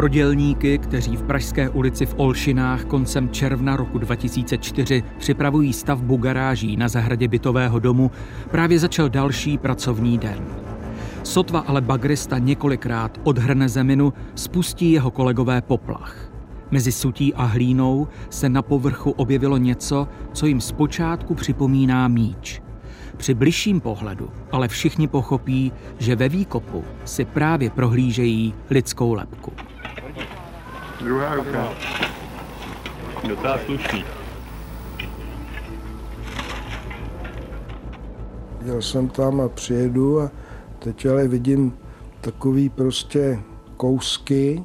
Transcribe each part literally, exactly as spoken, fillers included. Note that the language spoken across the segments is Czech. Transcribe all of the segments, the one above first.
pro dělníky, kteří v Pražské ulici v Olšinách koncem června roku dva tisíce čtyři připravují stavbu garáží na zahradě bytového domu, právě začal další pracovní den. Sotva ale bagrista několikrát odhrne zeminu, spustí jeho kolegové poplach. Mezi sutí a hlínou se na povrchu objevilo něco, co jim zpočátku připomíná míč. Při bližším pohledu ale všichni pochopí, že ve výkopu si právě prohlížejí lidskou lebku. Druhá ruka. Docela slušný. Jel jsem tam a přijedu a teď ale vidím takový prostě kousky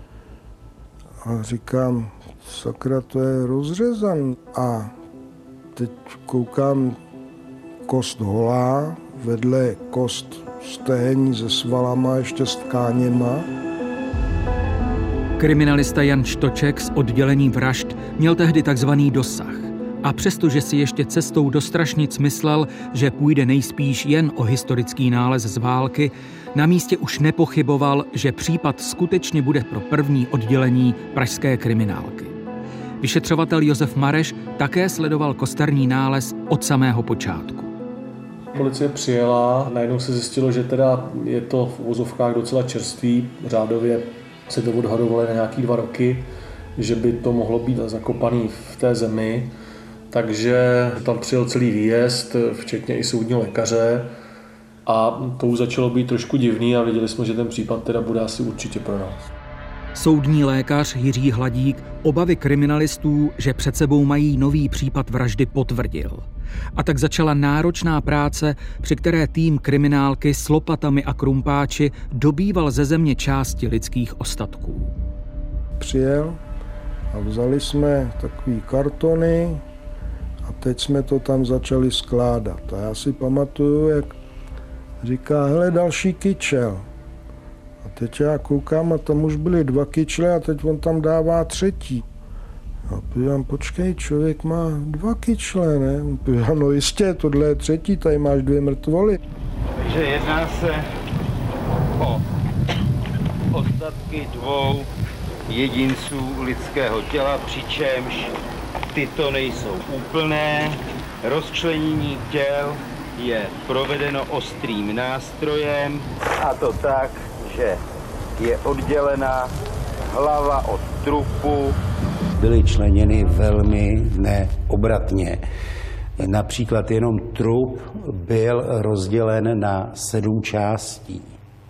a říkám, sakra, to je rozřezan. A teď koukám, kost holá, vedle kost stehení se svalama, ještě s tkáněma. Kriminalista Jan Štoček z oddělení vražd měl tehdy takzvaný dosah. A přestože si ještě cestou do Strašnic myslel, že půjde nejspíš jen o historický nález z války, na místě už nepochyboval, že případ skutečně bude pro první oddělení pražské kriminálky. Vyšetřovatel Josef Mareš také sledoval kosterní nález od samého počátku. Policie přijela, najednou se zjistilo, že teda je to v uvozovkách docela čerstvý, řádově se to odhadovalo na nějaký dva roky, že by to mohlo být zakopaný v té zemi, takže tam přijel celý výjezd, včetně i soudního lékaře a to už začalo být trošku divný a viděli jsme, že ten případ teda bude asi určitě pro nás. Soudní lékař Jiří Hladík obavy kriminalistů, že před sebou mají nový případ vraždy, potvrdil. A tak začala náročná práce, při které tým kriminálky s lopatami a krumpáči dobýval ze země části lidských ostatků. Přijel a vzali jsme takový kartony a teď jsme to tam začali skládat. A já si pamatuju, jak říká, hele, další kyčel. A teď já koukám a tam už byly dva kyčle a teď on tam dává třetí. A půjdám, počkej, člověk má dva kyčle, ne? Půjdám, no jistě, tohle je třetí, tady máš dvě mrtvoly. Takže jedná se o ostatky dvou jedinců lidského těla, přičemž tyto nejsou úplné. Rozčlenění těl je provedeno ostrým nástrojem, a to tak, že je oddělena hlava od trupu. Byly členěny velmi neobratně. Například jenom trup byl rozdělen na sedm částí.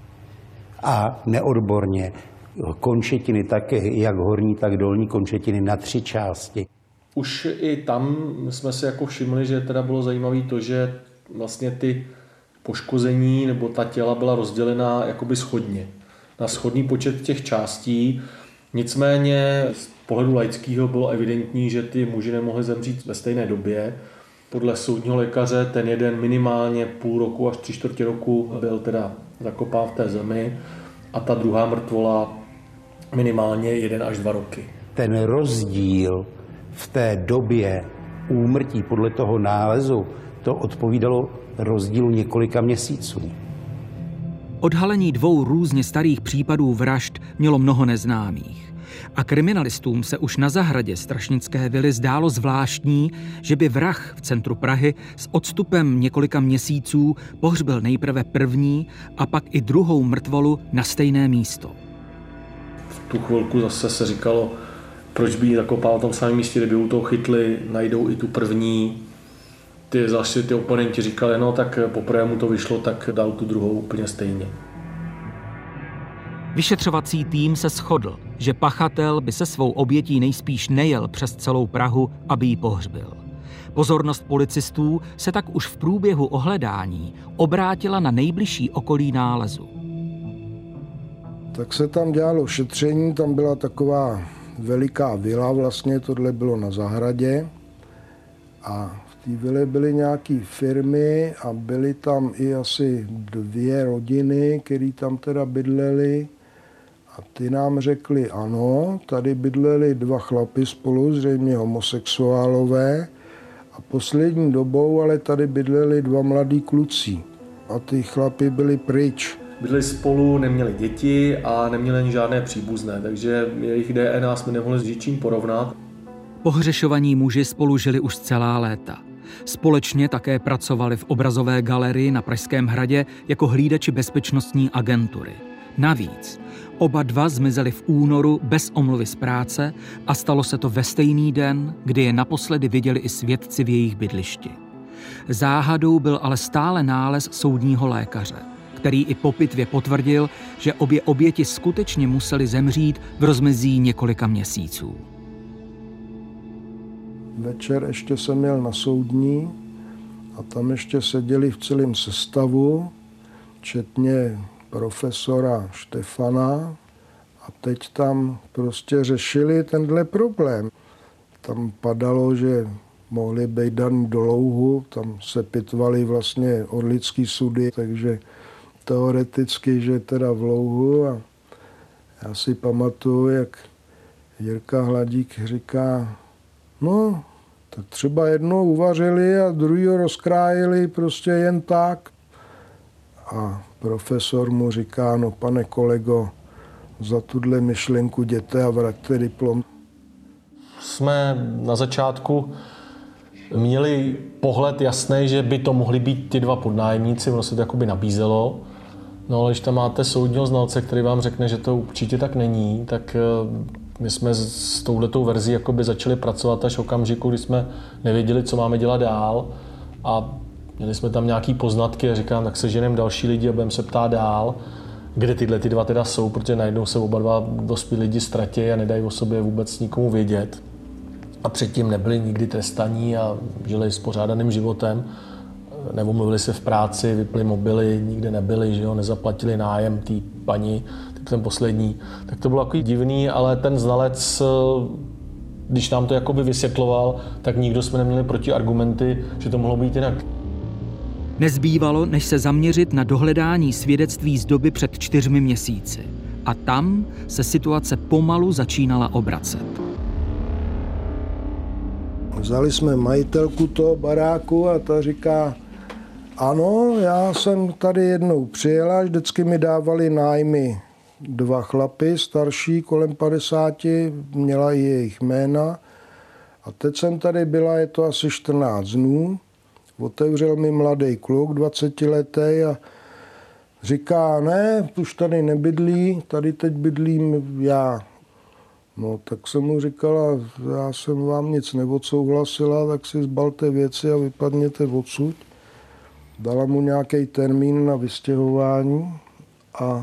A neodborně končetiny, tak jak horní, tak dolní končetiny na tři části. Už i tam jsme si jako všimli, že teda bylo zajímavé to, že vlastně ty poškození nebo ta těla byla rozdělená jakoby shodně. Na shodný počet těch částí. Nicméně z pohledu laického bylo evidentní, že ty muži nemohli zemřít ve stejné době. Podle soudního lékaře ten jeden minimálně půl roku až tři čtvrtě roku byl teda zakopán v té zemi a ta druhá mrtvola minimálně jeden až dva roky. Ten rozdíl v té době úmrtí podle toho nálezu to odpovídalo rozdílu několika měsíců. Odhalení dvou různě starých případů vražd mělo mnoho neznámých. A kriminalistům se už na zahradě strašnické vily zdálo zvláštní, že by vrah v centru Prahy s odstupem několika měsíců pohřbil nejprve první a pak i druhou mrtvolu na stejné místo. V tu chvilku zase se říkalo, proč by ji zakopal na tom samém místě, kdyby u toho chytli, najdou i tu první. Ty zase ty oponenti říkali, no tak poprvé mu to vyšlo, tak dal tu druhou úplně stejně. Vyšetřovací tým se shodl, že pachatel by se svou obětí nejspíš nejel přes celou Prahu, aby ji pohřbil. Pozornost policistů se tak už v průběhu ohledání obrátila na nejbližší okolí nálezu. Tak se tam dělalo šetření, tam byla taková veliká vila, vlastně tohle bylo na zahradě a v té vile byly nějaké firmy a byly tam i asi dvě rodiny, které tam teda bydleli. A ty nám řekli, ano, tady bydleli dva chlapy spolu, zřejmě homosexuálové. A poslední dobou ale tady bydleli dva mladí kluci. A ty chlapy byli pryč. bydleli spolu, neměli děti a neměli ani žádné příbuzné, takže jejich D N A jsme nemohli s ničím porovnat. Pohřešovaní muži spolu žili už celá léta. Společně také pracovali v obrazové galerii na Pražském hradě jako hlídači bezpečnostní agentury. Navíc oba dva zmizeli v únoru bez omluvy z práce a stalo se to ve stejný den, kdy je naposledy viděli i svědci v jejich bydlišti. Záhadou byl ale stále nález soudního lékaře, který i po pitvě potvrdil, že obě oběti skutečně musely zemřít v rozmezí několika měsíců. Večer ještě jsem měl na soudní a tam ještě seděli v celém sestavu, včetně profesora Štefana, a teď tam prostě řešili tenhle problém. Tam padalo, že mohli být daný do louhu, tam se pitvali vlastně orlický sudy, takže teoreticky, že teda v louhu. A já si pamatuju, jak Jirka Hladík říká, no, tak třeba jednou uvařili a druhýho rozkrájeli prostě jen tak. A profesor mu říká, no pane kolego, za tuhle myšlenku jděte a vraťte diplom. Jsme na začátku měli pohled jasný, že by to mohli být ty dva podnájemníci, ono se to jakoby nabízelo. No ale když tam máte soudního znalce, který vám řekne, že to určitě tak není, tak my jsme s touhletou verzí jakoby začali pracovat až v okamžiku, kdy jsme nevěděli, co máme dělat dál. A měli jsme tam nějaký poznatky a říkám, tak seženeme další lidi a budeme se ptát dál, kde tyhle ty dva teda jsou, protože najednou se oba dva dospělí lidi ztratí a nedají o sobě vůbec nikomu vědět. A předtím nebyli nikdy trestaní a žili spořádaným životem. Neomluvili se v práci, vypli mobily, nikde nebyli, že jo, nezaplatili nájem té paní, ten poslední. Tak to bylo takový divný, ale ten znalec, když nám to jakoby vysvětloval, tak nikdo jsme neměli protiargumenty, že to mohlo být jinak. Nezbývalo, než se zaměřit na dohledání svědectví z doby před čtyřmi měsíci. A tam se situace pomalu začínala obracet. Vzali jsme majitelku toho baráku a ta říká, ano, já jsem tady jednou přijela, vždycky mi dávali nájmy dva chlapy, starší, kolem padesáti, měla i jejich jména. A teď jsem tady byla, je to asi čtrnáct dnů, otevřel mi mladý kluk, dvacetiletý, a říká, ne, už tady nebydlí, tady teď bydlím já. No, tak jsem mu říkala, já jsem vám nic neodsouhlasila, tak si zbalte věci a vypadněte odsud. Dala mu nějaký termín na vystěhování a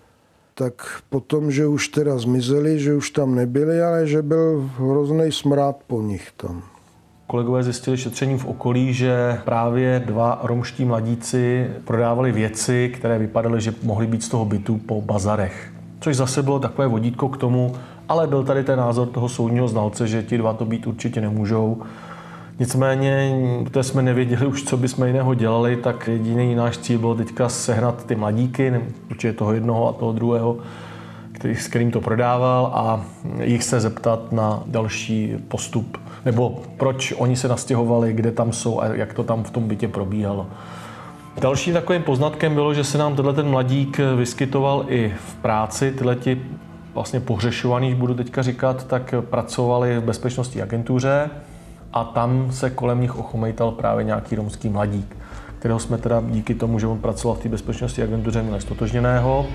tak potom, že už teda zmizeli, že už tam nebyli, ale že byl hrozný smrad po nich tam. Kolegové zjistili šetřením v okolí, že právě dva romští mladíci prodávali věci, které vypadaly, že mohly být z toho bytu po bazarech. Což zase bylo takové vodítko k tomu, ale byl tady ten názor toho soudního znalce, že ti dva to být určitě nemůžou. Nicméně, protože jsme nevěděli už, co bychom jiného dělali, tak jediný náš cíl bylo teďka sehnat ty mladíky, určitě toho jednoho a toho druhého, který, s kterým to prodával, a jich se zeptat na další postup, nebo proč oni se nastěhovali, kde tam jsou a jak to tam v tom bytě probíhalo. Dalším takovým poznatkem bylo, že se nám tenhle ten mladík vyskytoval i v práci. Tyhleti vlastně pohřešovaný, budu teďka říkat, tak pracovali v bezpečnostní agentuře a tam se kolem nich ochomejtal právě nějaký romský mladík, kterého jsme teda díky tomu, že on pracoval v té bezpečnostní agentuře, měli stotožněného.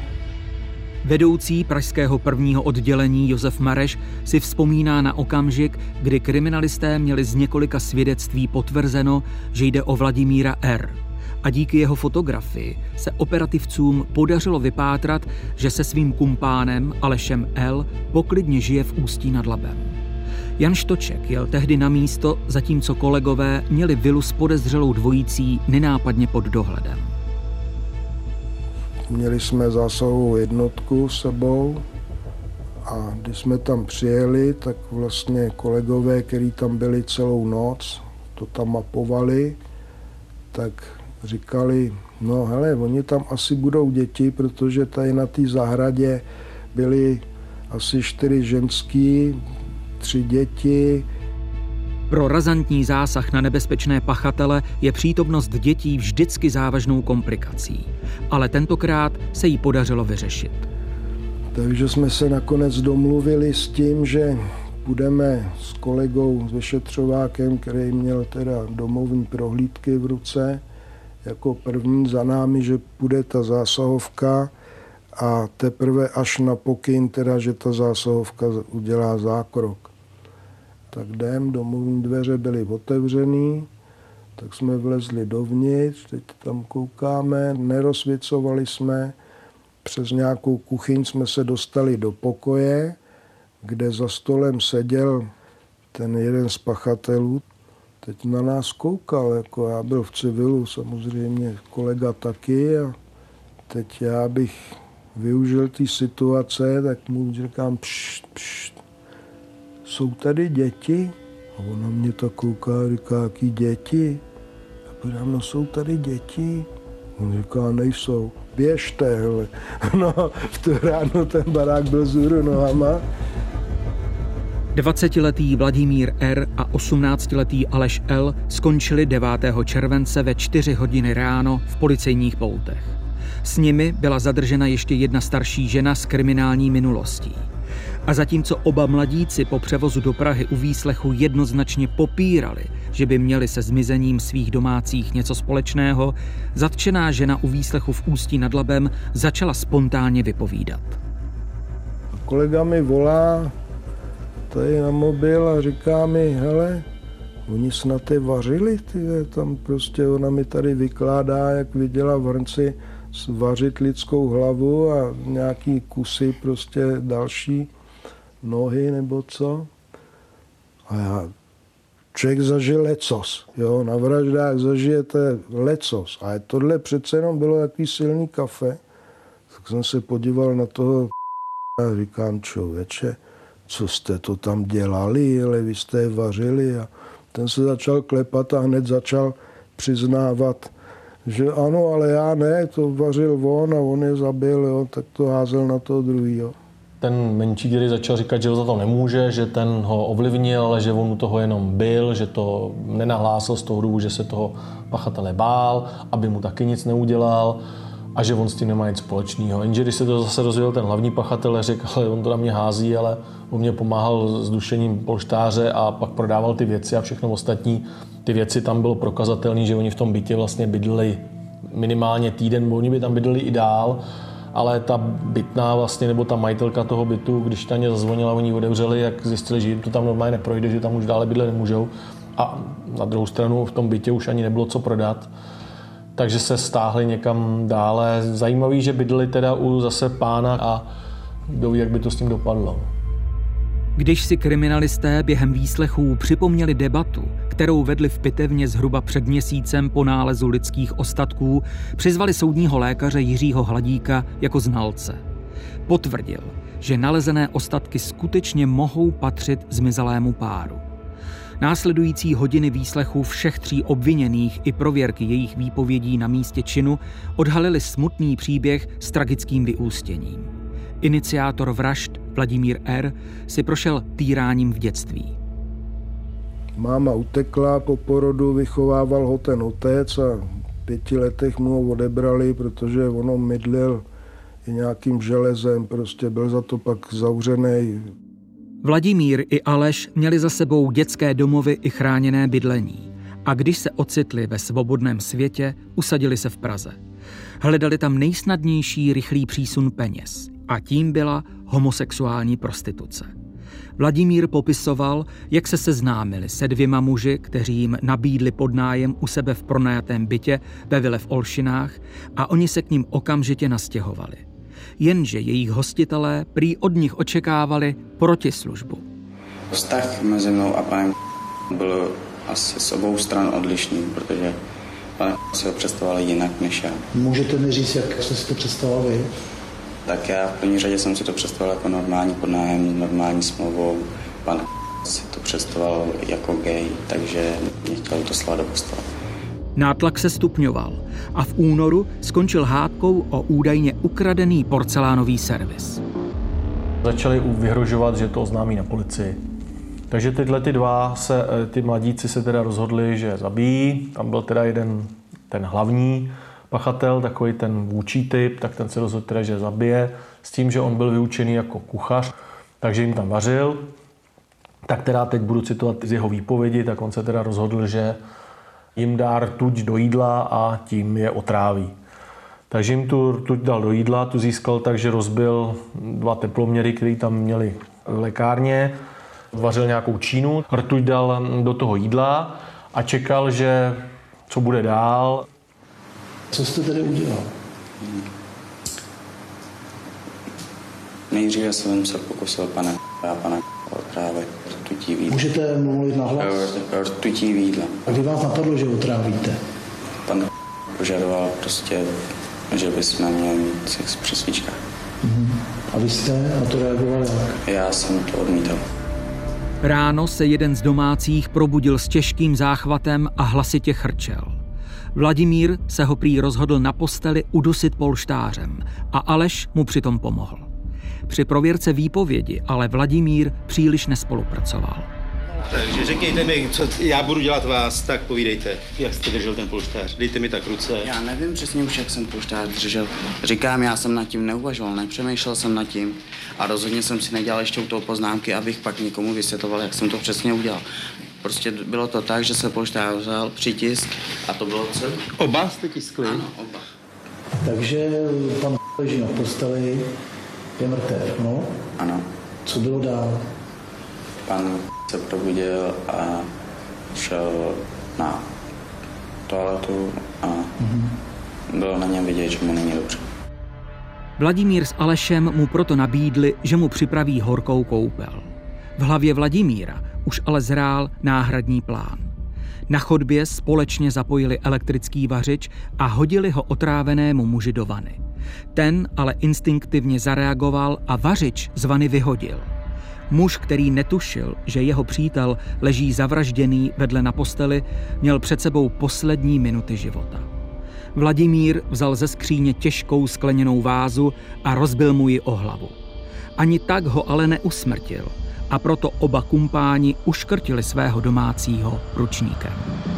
Vedoucí pražského prvního oddělení Josef Mareš si vzpomíná na okamžik, kdy kriminalisté měli z několika svědectví potvrzeno, že jde o Vladimíra R. A díky jeho fotografii se operativcům podařilo vypátrat, že se svým kumpánem Alešem L. poklidně žije v Ústí nad Labem. Jan Štoček jel tehdy na místo, zatímco kolegové měli vilu s podezřelou dvojicí nenápadně pod dohledem. Měli jsme zásahovou jednotku s sebou a když jsme tam přijeli, tak vlastně kolegové, kteří tam byli celou noc, to tam mapovali, tak říkali, no hele, oni tam asi budou děti, protože tady na té zahradě byly asi čtyři ženský, tři děti. Pro razantní zásah na nebezpečné pachatele je přítomnost dětí vždycky závažnou komplikací, ale tentokrát se jí podařilo vyřešit. Takže jsme se nakonec domluvili s tím, že budeme s kolegou, s vyšetřovákem, který měl teda domovní prohlídky v ruce, jako první za námi, že půjde ta zásahovka a teprve až na pokyn, teda, že ta zásahovka udělá zákrok. Tak jdem, domovní dveře byly otevřený, tak jsme vlezli dovnitř, teď tam koukáme, nerozsvěcovali jsme, přes nějakou kuchyň jsme se dostali do pokoje, kde za stolem seděl ten jeden z pachatelů. Teď na nás koukal, jako já byl v civilu, samozřejmě kolega taky, a teď já bych využil té situace, tak mu říkám, pšt, pšt, jsou tady děti? A on na mě tak kouká a říká, jaký děti? A podám, no jsou tady děti? On říká, nejsou. Běžte, hele. No, v tu ráno ten barák byl zůru nohama. dvacetiletý Vladimír R. a osmnáctiletý Aleš L. skončili devátého července ve čtyři hodiny ráno v policejních poutech. S nimi byla zadržena ještě jedna starší žena s kriminální minulostí. A zatímco oba mladíci po převozu do Prahy u výslechu jednoznačně popírali, že by měli se zmizením svých domácích něco společného, zatčená žena u výslechu v Ústí nad Labem začala spontánně vypovídat. Kolega mi volá tady na mobil a říká mi, hele, oni snad je vařili, tyhle, tam prostě ona mi tady vykládá, jak viděla v hrnci vařit lidskou hlavu a nějaký kusy prostě další, nohy nebo co. A já, člověk zažil lecos, jo, na vraždách zažijete lecos. A tohle přece jenom bylo takový silný kafe. Tak jsem se podíval na toho a říkám, člověče, co jste to tam dělali, ale vy jste je vařili. A ten se začal klepat a hned začal přiznávat, že ano, ale já ne, to vařil on a on je zabil, jo, tak to házel na toho druhýho. Ten menší, který začal říkat, že ho za to nemůže, že ten ho ovlivnil, ale že on u toho jenom byl, že to nenahlásil z toho důvodu, že se toho pachatele bál, aby mu taky nic neudělal a že on s tím nemá nic společného. Jenže když se to zase dozvěděl ten hlavní pachatel, řekl, ale on to na mě hází, ale on mě pomáhal s dušením polštáře a pak prodával ty věci a všechno ostatní. Ty věci tam bylo prokazatelné, že oni v tom bytě vlastně bydleli minimálně týden, oni by tam bydleli i dál, ale ta bytná vlastně, nebo ta majitelka toho bytu, když ta ně zazvonila, oni otevřeli, jak zjistili, že jim to tam normálně neprojde, že tam už dále bydlet nemůžou. A na druhou stranu v tom bytě už ani nebylo co prodat. Takže se stáhli někam dále. Zajímavý, že bydleli teda u zase pána a kdo ví, jak by to s ním dopadlo. Když si kriminalisté během výslechů připomněli debatu, kterou vedli v pitevně zhruba před měsícem po nálezu lidských ostatků, přizvali soudního lékaře Jiřího Hladíka jako znalce. Potvrdil, že nalezené ostatky skutečně mohou patřit zmizelému páru. Následující hodiny výslechu všech tří obviněných i prověrky jejich výpovědí na místě činu odhalily smutný příběh s tragickým vyústěním. Iniciátor vražd Vladimír R. si prošel týráním v dětství. Máma utekla po porodu, vychovával ho ten otec a v pěti letech mu ho odebrali, protože ono mydlil i nějakým železem, prostě byl za to pak zavřený. Vladimír i Aleš měli za sebou dětské domovy i chráněné bydlení a když se ocitli ve svobodném světě, usadili se v Praze. Hledali tam nejsnadnější rychlý přísun peněz a tím byla homosexuální prostituce. Vladimír popisoval, jak se seznámili se dvěma muži, kteří jim nabídli podnájem u sebe v pronajatém bytě ve vile v Olšinách a oni se k ním okamžitě nastěhovali. Jenže jejich hostitelé prý od nich očekávali protislužbu. Vztah mezi mnou a panem byl asi s obou stran odlišný, protože pan si ho představoval jinak než já. Můžete mi říct, jak jste si to představoval vy? Tak já v první řadě jsem si to představoval jako normální podnájem, normální smlouvou. Pan si to představoval jako gay, takže mě chtěl to slát do postele. Nátlak se stupňoval a v únoru skončil hádkou o údajně ukradený porcelánový servis. Začali vyhrožovat, že to oznámí na policii. Takže tyhle ty dva, se, ty mladíci se teda rozhodli, že zabijí. Tam byl teda jeden ten hlavní pachatel, takový ten vůdčí typ, tak ten se rozhodl teda, že zabije. S tím, že on byl vyučený jako kuchař, takže jim tam vařil. Tak teda teď budu citovat z jeho výpovědi, tak on se teda rozhodl, že jim dá rtuť do jídla a tím je otráví. Takže jim tu rtuť dal do jídla, tu získal tak, že rozbil dva teploměry, které tam měli v lékárně, vařil nějakou čínu, rtuť dal do toho jídla a čekal, že co bude dál. Co jste tedy udělal? Nejdříve jsem se pokusil pana a pana otrávit rtutí v jídle. Můžete mluvit nahlas? Rtutí v jídle. A kdy vás napadlo, že otrávíte? Pan požadoval prostě, že bychom měli mít sex při svíčkách. Uh-huh. A vy jste na to reagoval jak? Já jsem to odmítal. Ráno se jeden z domácích probudil s těžkým záchvatem a hlasitě chrčel. Vladimír se ho prý rozhodl na posteli udusit polštářem a Aleš mu přitom pomohl. Při prověrce výpovědi ale Vladimír příliš nespolupracoval. Takže řekněte mi, co já budu dělat vás, tak povídejte, jak jste držel ten polštář. Dejte mi tak ruce. Já nevím přesně už, jak jsem polštář držel. Říkám, já jsem nad tím neuvažoval, nepřemýšlel jsem nad tím a rozhodně jsem si nedělal ještě u toho poznámky, abych pak někomu vysvětloval, jak jsem to přesně udělal. Prostě bylo to tak, že se polštář vzal, přitisk a to bylo celé. Oba jste tiskli? Ano, oba. Takže pan leží na posteli, je mrtev, no? Ano. Co bylo dál? Pan se probudil a šel na toaletu a mm-hmm. bylo na něm vidět, že mu není dobře. Vladimír s Alešem mu proto nabídli, že mu připraví horkou koupel. V hlavě Vladimíra už ale zrál náhradní plán. Na chodbě společně zapojili elektrický vařič a hodili ho otrávenému muži do vany. Ten ale instinktivně zareagoval a vařič z vany vyhodil. Muž, který netušil, že jeho přítel leží zavražděný vedle na posteli, měl před sebou poslední minuty života. Vladimír vzal ze skříně těžkou skleněnou vázu a rozbil mu ji o hlavu. Ani tak ho ale neusmrtil a proto oba kumpáni uškrtili svého domácího ručníkem.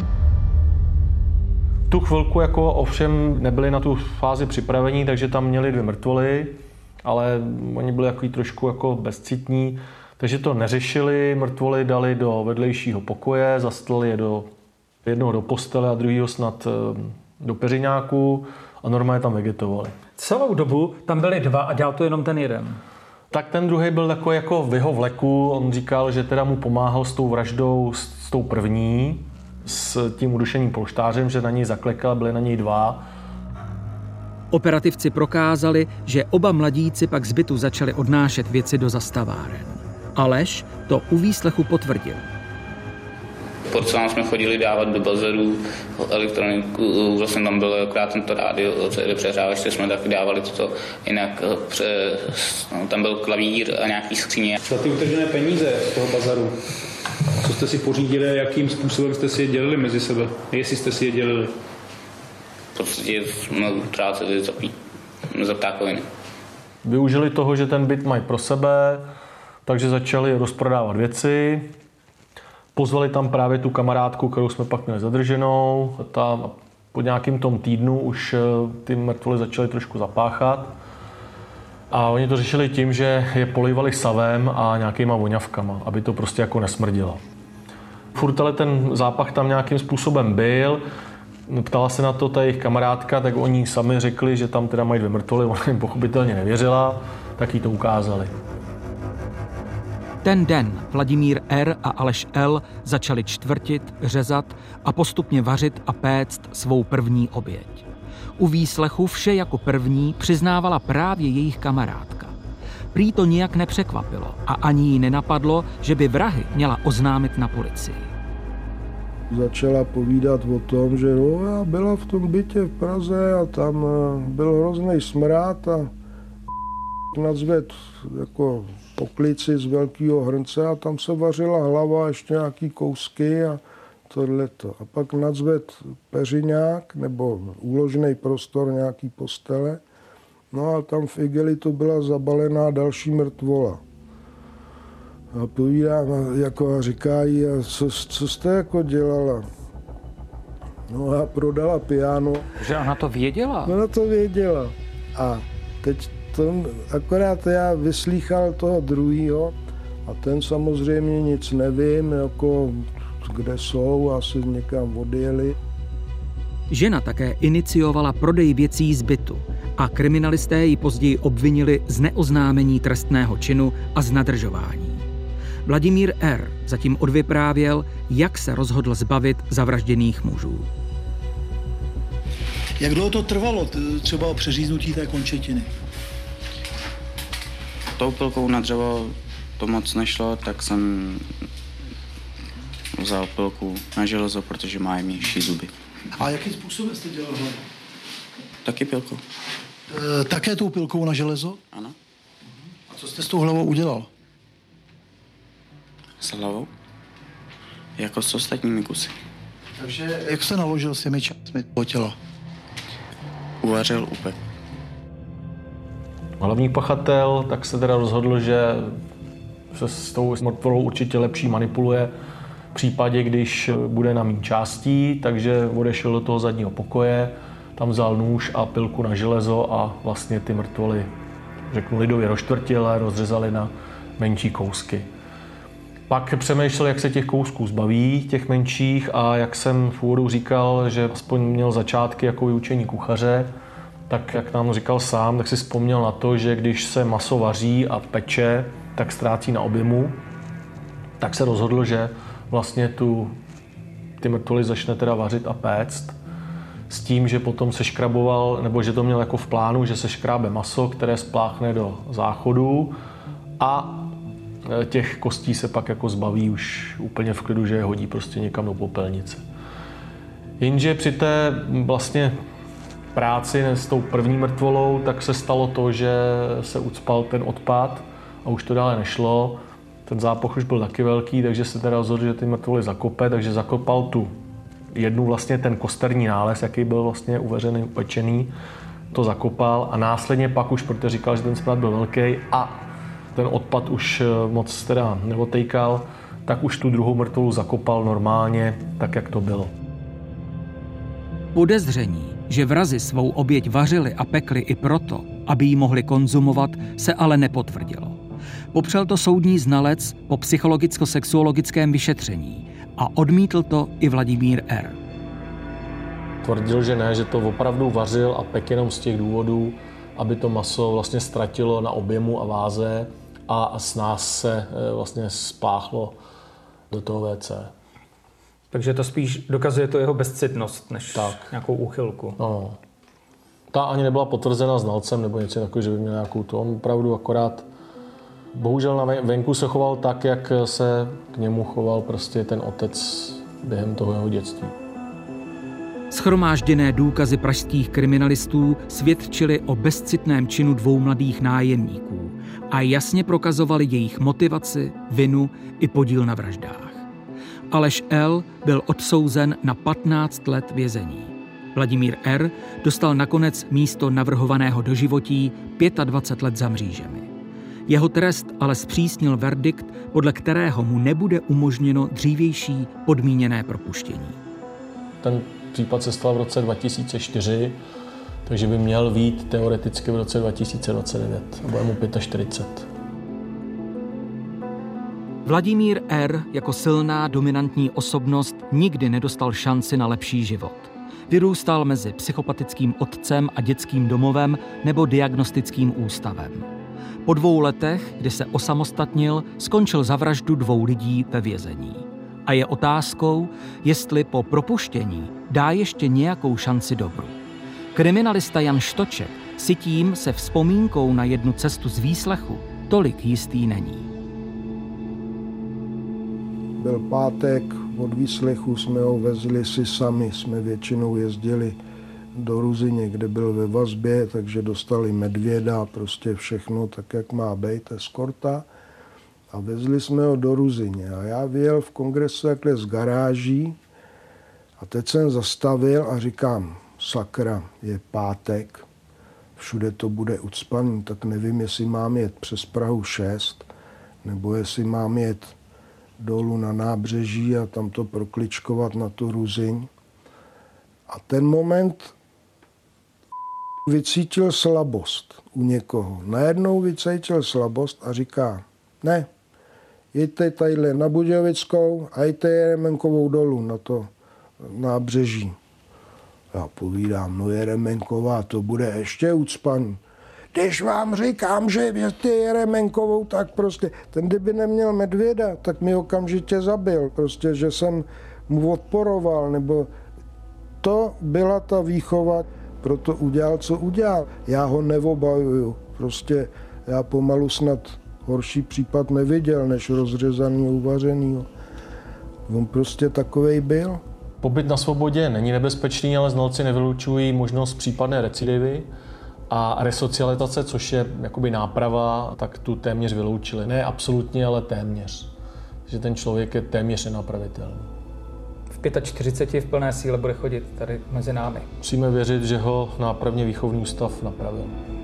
Tu chvilku jako ovšem nebyli na tu fázi připravení, takže tam měli dvě mrtvoly, ale oni byli jako trošku jako bezcitní, takže to neřešili, mrtvoly dali do vedlejšího pokoje, zastlali je do jednoho do postele a druhého snad do peřiňáku a normálně tam vegetovali. Celou dobu tam byli dva a dělal to jenom ten jeden. Tak ten druhý byl takový jako v jeho vleku, on říkal, že teda mu pomáhal s tou vraždou, s tou první, s tím udušeným polštářem, že na něj zaklekal, byli na něj dva. Operativci prokázali, že oba mladíci pak z bytu začali odnášet věci do zastaváren. Aleš to u výslechu potvrdil. Porcelán jsme chodili dávat do bazaru, elektroniku, vlastně tam bylo akorát tento rádio, C D přehrávač, jsme taky dávali toto, jinak pře, no, tam byl klavír a nějaký skříně. Za ty utržené peníze z toho bazaru, co jste si pořídili, jakým způsobem jste si je dělili mezi sebe, jestli jste si je dělili? V podstatě jsme utráceli za, za ptákoviny. Využili toho, že ten byt mají pro sebe, takže začali rozprodávat věci. Pozvali tam právě tu kamarádku, kterou jsme pak měli zadrženou. Ta, po nějakým tom týdnu už ty mrtvoly začaly trošku zapáchat. A oni to řešili tím, že je polivali savem a nějakýma voňavkama, aby to prostě jako nesmrdilo. Furt ale ten zápach tam nějakým způsobem byl. Ptala se na to ta jejich kamarádka, tak oni sami řekli, že tam teda mají dvě mrtvoly, ona jim pochopitelně nevěřila, tak jí to ukázali. Ten den Vladimír R. a Aleš L. začali čtvrtit, řezat a postupně vařit a péct svou první oběť. U výslechu vše jako první přiznávala právě jejich kamarádka. Prý to nijak nepřekvapilo a ani jí nenapadlo, že by vrahy měla oznámit na policii. Začala povídat o tom, že no, já byla v tom bytě v Praze a tam byl hrozný smrad a nadzvět jako poklici z velkého hrnce a tam se vařila hlava, ještě nějaký kousky a tohleto. A pak nadzvět peřiňák nebo úložný prostor nějaký postele. No a tam v igeli to byla zabalená další mrtvola. A povídám, jako a říká jí, a co, co jste jako dělala? No a prodala piano. Že ona to věděla? Ona to věděla. A teď to, akorát já vyslýchal toho druhýho a ten samozřejmě nic nevím, jako kde jsou, asi někam odjeli. Žena také iniciovala prodej věcí z bytu a kriminalisté ji později obvinili z neoznámení trestného činu a z nadržování. Vladimír R. zatím odvyprávěl, jak se rozhodl zbavit zavražděných mužů. Jak dlouho to trvalo, třeba o přeříznutí té končetiny? Tou pilkou na dřevo to moc nešlo, tak jsem vzal pilku na železo, protože má jemnější zuby. A jakým způsobem jste dělal hlavu? Taky pilkou. E, také tou pilkou na železo? Ano. A co jste s tou hlavou udělal? S hlavou? Jako s ostatními kusy. Takže jak jste naložil s těmi částmi toho těla? Uvařil, upek. Hlavní pachatel tak se teda rozhodl, že se s tou mrtvolou určitě lepší manipuluje v případě, když bude na mít částí, takže odešel do toho zadního pokoje, tam vzal nůž a pilku na železo a vlastně ty mrtvoly, řeknu lidově, rozčtvrtil a rozřezali na menší kousky. Pak přemýšlel, jak se těch kousků zbaví, těch menších, a jak jsem v úvodu říkal, že aspoň měl začátky jako vyučení kuchaře, tak jak nám říkal sám, tak si vzpomněl na to, že když se maso vaří a peče, tak ztrácí na objemu, tak se rozhodl, že vlastně tu, ty mrtvoly začne teda vařit a péct, s tím, že potom se škraboval, nebo že to měl jako v plánu, že se škrábe maso, které spláchne do záchodu a těch kostí se pak jako zbaví už úplně v klidu, že je hodí prostě někam do popelnice. Jenže při té vlastně práci s tou první mrtvolou, tak se stalo to, že se ucpal ten odpad a už to dále nešlo. Ten zápoch už byl taky velký, takže se teda rozhodl, že ty mrtvoly zakope, takže zakopal tu jednu vlastně ten kosterní nález, jaký byl vlastně uvařený, upečený, to zakopal a následně pak už, protože říkal, že ten smrad byl velký a ten odpad už moc teda neotejkal, tak už tu druhou mrtvolu zakopal normálně, tak jak to bylo. Podezření, že vrazi svou oběť vařili a pekli i proto, aby ji mohli konzumovat, se ale nepotvrdilo. Popřel to soudní znalec po psychologicko-sexuologickém vyšetření a odmítl to i Vladimír R. Tvrdil, že ne, že to opravdu vařil a pek jenom z těch důvodů, aby to maso vlastně ztratilo na objemu a váze a s nás se vlastně spláchlo do toho vé cé. Takže to spíš dokazuje to jeho bezcitnost, než tak. Nějakou úchylku. No. Ta ani nebyla potvrzena znalcem nebo něco takového, že by měl nějakou to. On opravdu akorát, bohužel na venku se choval tak, jak se k němu choval prostě ten otec během toho jeho dětství. Shromážděné důkazy pražských kriminalistů svědčily o bezcitném činu dvou mladých nájemníků a jasně prokazovaly jejich motivaci, vinu i podíl na vraždách. Aleš L. byl odsouzen na patnáct let vězení. Vladimír R. dostal nakonec místo navrhovaného doživotí dvacet pět let za mřížemi. Jeho trest ale zpřísnil verdikt, podle kterého mu nebude umožněno dřívější podmíněné propuštění. Ten případ se stal v roce dva tisíce čtyři, takže by měl být teoreticky v roce dva tisíce dvacet devět, a bude mu čtyřicet pět. Vladimír R. jako silná dominantní osobnost nikdy nedostal šanci na lepší život. Vyrůstal mezi psychopatickým otcem a dětským domovem nebo diagnostickým ústavem. Po dvou letech, kdy se osamostatnil, skončil za vraždu dvou lidí ve vězení. A je otázkou, jestli po propuštění dá ještě nějakou šanci dobru. Kriminalista Jan Štoček si tím se vzpomínkou na jednu cestu z výslechu tolik jistý není. Byl pátek, od výslechu jsme ho vezli si sami, jsme většinou jezdili do Ruzyně, kde byl ve vazbě, takže dostali medvěda, prostě všechno tak, jak má být, eskorta. A vezli jsme ho do Ruzyně. A já vyjel v Kongresu takhle z garáží a teď jsem zastavil a říkám, sakra, je pátek, všude to bude ucpaný, tak nevím, jestli mám jet přes Prahu šest nebo jestli mám jet dolů na nábřeží a tam to prokličkovat na tu Ruzyň. A ten moment vycítil slabost u někoho. Najednou vycítil slabost a říká, ne, jeďte tadyhle na Budějovickou a jeďte Jeremenkovou dolů na to nábřeží. Já povídám, no Jeremenková, to bude ještě ucpaný. Když vám říkám, že jeďte Jeremenkovou, tak prostě, ten kdyby neměl medvěda, tak mi okamžitě zabil. Prostě, že jsem mu odporoval, nebo to byla ta výchova, proto udělal, co udělal. Já ho neobajuju, prostě já pomalu snad horší případ neviděl, než rozřezanýho, uvařenýho. On prostě takovej byl. Pobyt na svobodě není nebezpečný, ale znalci nevylučují možnost případné recidivy a resocializace, což je jakoby náprava, tak tu téměř vyloučili. Ne absolutně, ale téměř. Že ten člověk je téměř nenapravitelný. V čtyřiceti pěti v plné síle bude chodit tady mezi námi. Musíme věřit, že ho nápravně výchovný ústav napravil.